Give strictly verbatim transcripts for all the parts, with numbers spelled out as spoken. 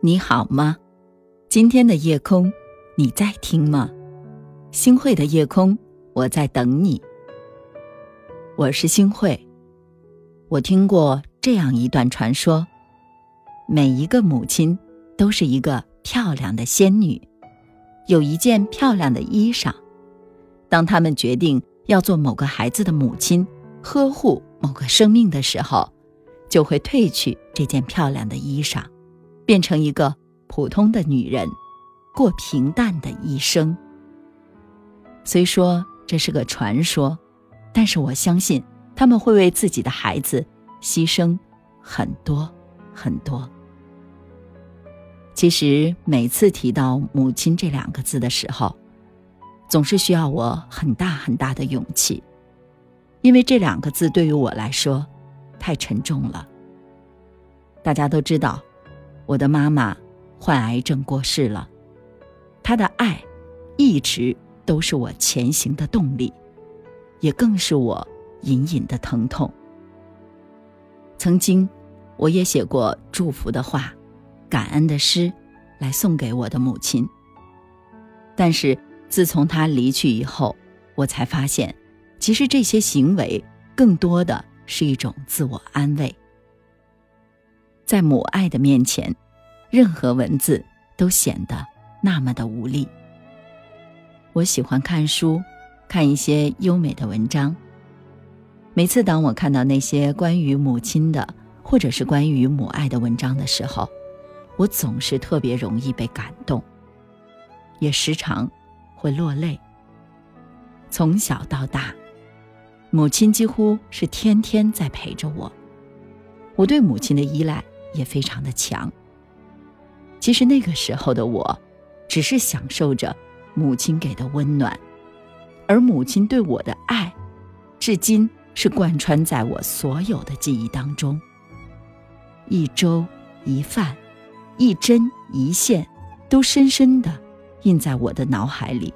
你好吗？今天的夜空，你在听吗？星慧的夜空，我在等你。我是星慧。我听过这样一段传说，每一个母亲都是一个漂亮的仙女，有一件漂亮的衣裳。当她们决定要做某个孩子的母亲，呵护某个生命的时候，就会褪去这件漂亮的衣裳，变成一个普通的女人，过平淡的一生。虽说这是个传说，但是我相信他们会为自己的孩子牺牲很多很多。其实每次提到母亲这两个字的时候，总是需要我很大很大的勇气，因为这两个字对于我来说太沉重了。大家都知道，我的妈妈患癌症过世了，她的爱一直都是我前行的动力，也更是我隐隐的疼痛。曾经我也写过祝福的话，感恩的诗来送给我的母亲，但是自从她离去以后，我才发现其实这些行为更多的是一种自我安慰。在母爱的面前，任何文字都显得那么的无力。我喜欢看书，看一些优美的文章。每次当我看到那些关于母亲的，或者是关于母爱的文章的时候，我总是特别容易被感动，也时常会落泪。从小到大，母亲几乎是天天在陪着我，我对母亲的依赖也非常的强。其实那个时候的我，只是享受着母亲给的温暖，而母亲对我的爱，至今是贯穿在我所有的记忆当中。一粥一饭，一针一线，都深深地印在我的脑海里。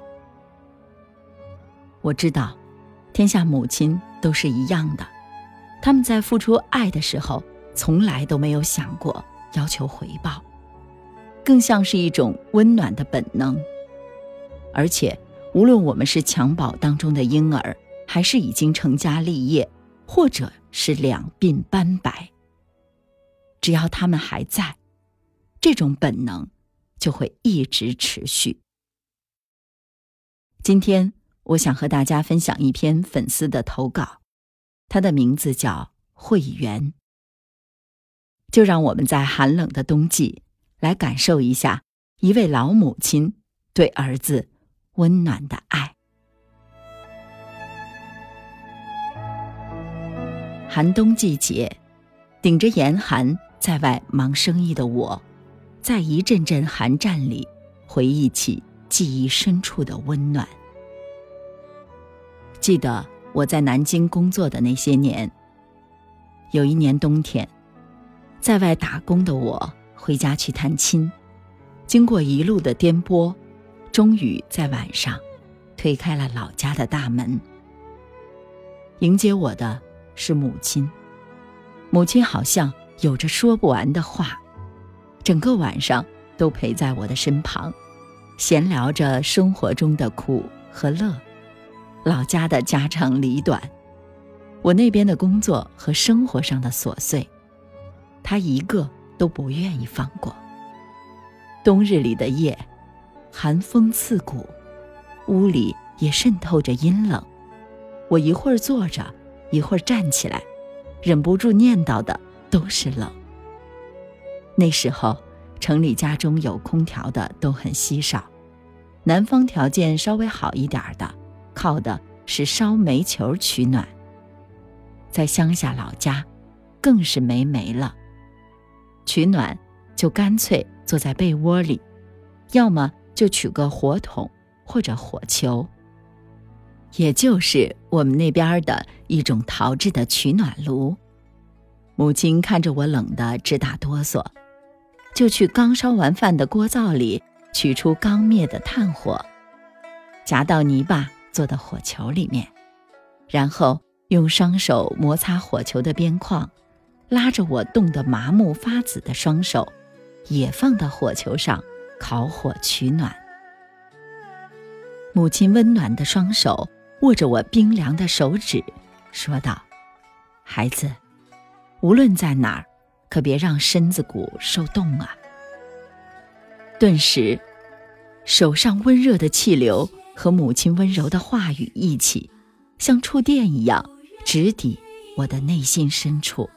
我知道，天下母亲都是一样的，她们在付出爱的时候，从来都没有想过要求回报，更像是一种温暖的本能。而且无论我们是襁褓当中的婴儿，还是已经成家立业，或者是两鬓斑白，只要他们还在，这种本能就会一直持续。今天我想和大家分享一篇粉丝的投稿，它的名字叫慧媛。就让我们在寒冷的冬季来感受一下一位老母亲对儿子温暖的爱。寒冬季节，顶着严寒在外忙生意的我，在一阵阵寒战里回忆起记忆深处的温暖。记得我在南京工作的那些年，有一年冬天，在外打工的我回家去探亲，经过一路的颠簸，终于在晚上推开了老家的大门。迎接我的是母亲，母亲好像有着说不完的话，整个晚上都陪在我的身旁，闲聊着生活中的苦和乐，老家的家长里短，我那边的工作和生活上的琐碎，他一个都不愿意放过。冬日里的夜，寒风刺骨，屋里也渗透着阴冷。我一会儿坐着，一会儿站起来，忍不住念叨的都是冷。那时候城里家中有空调的都很稀少，南方条件稍微好一点的，靠的是烧煤球取暖。在乡下老家更是没煤了，取暖就干脆坐在被窝里，要么就取个火筒或者火球，也就是我们那边的一种陶制的取暖炉。母亲看着我冷得直打哆嗦，就去刚烧完饭的锅灶里取出刚灭的炭火，夹到泥巴做的火球里面，然后用双手摩擦火球的边框，拉着我冻得麻木发紫的双手， 也放到火球上烤火取暖。母亲温暖的双手握着我冰凉的手指，说道：孩子，无论在哪儿，可别让身子骨受冻啊。顿时，手上温热的气流和母亲温柔的话语一起，像触电一样直抵我的内心深处。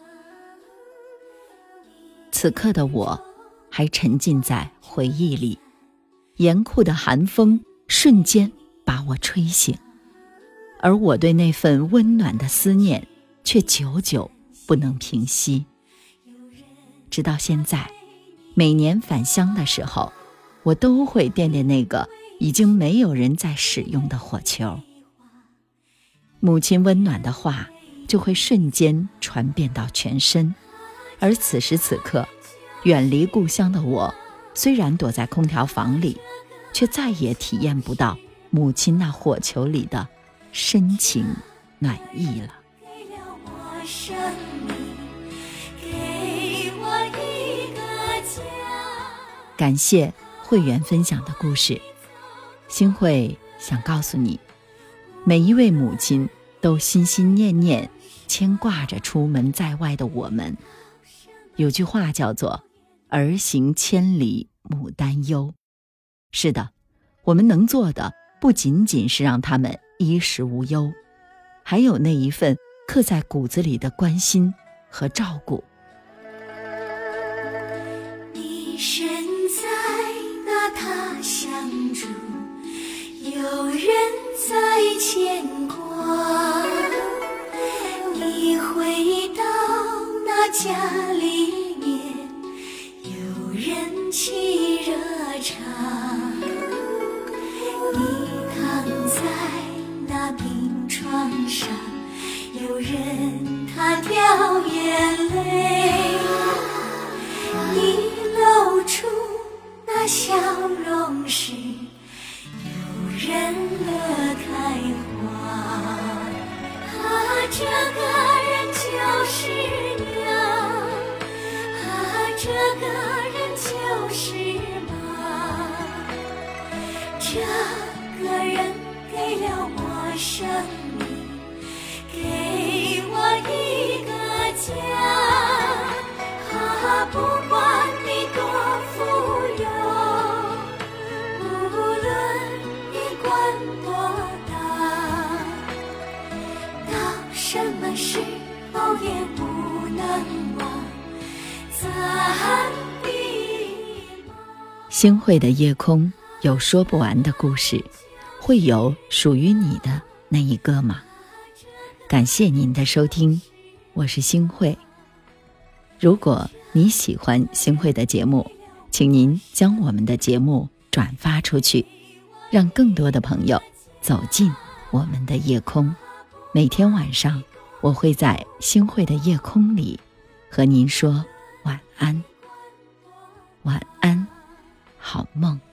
此刻的我还沉浸在回忆里，严酷的寒风瞬间把我吹醒，而我对那份温暖的思念却久久不能平息。直到现在，每年返乡的时候，我都会惦念那个已经没有人在使用的火球。母亲温暖的话就会瞬间传遍到全身，而此时此刻，远离故乡的我，虽然躲在空调房里，却再也体验不到母亲那火球里的深情暖意了。感谢会员分享的故事，星慧想告诉你，每一位母亲都心心念念牵挂着出门在外的我们。有句话叫做儿行千里母担忧。是的，我们能做的不仅仅是让他们衣食无忧，还有那一份刻在骨子里的关心和照顾。 你身在那他乡住，有人在牵挂，你回到那家里面，有人沏热茶，你躺在那病床上，有人他掉眼泪，你露出那笑容时，有人乐开花。啊，这个人就是娘，啊，这个人就是妈，这个人给了我生命，给我一个家。啊，不管你多富有，无论你官多大，到什么时候也不能忘咱的妈。 星慧的夜空有说不完的故事，会有属于你的那一个吗？感谢您的收听，我是星慧。如果你喜欢星慧的节目，请您将我们的节目转发出去，让更多的朋友走进我们的夜空。每天晚上，我会在星慧的夜空里和您说晚安，晚安，好梦。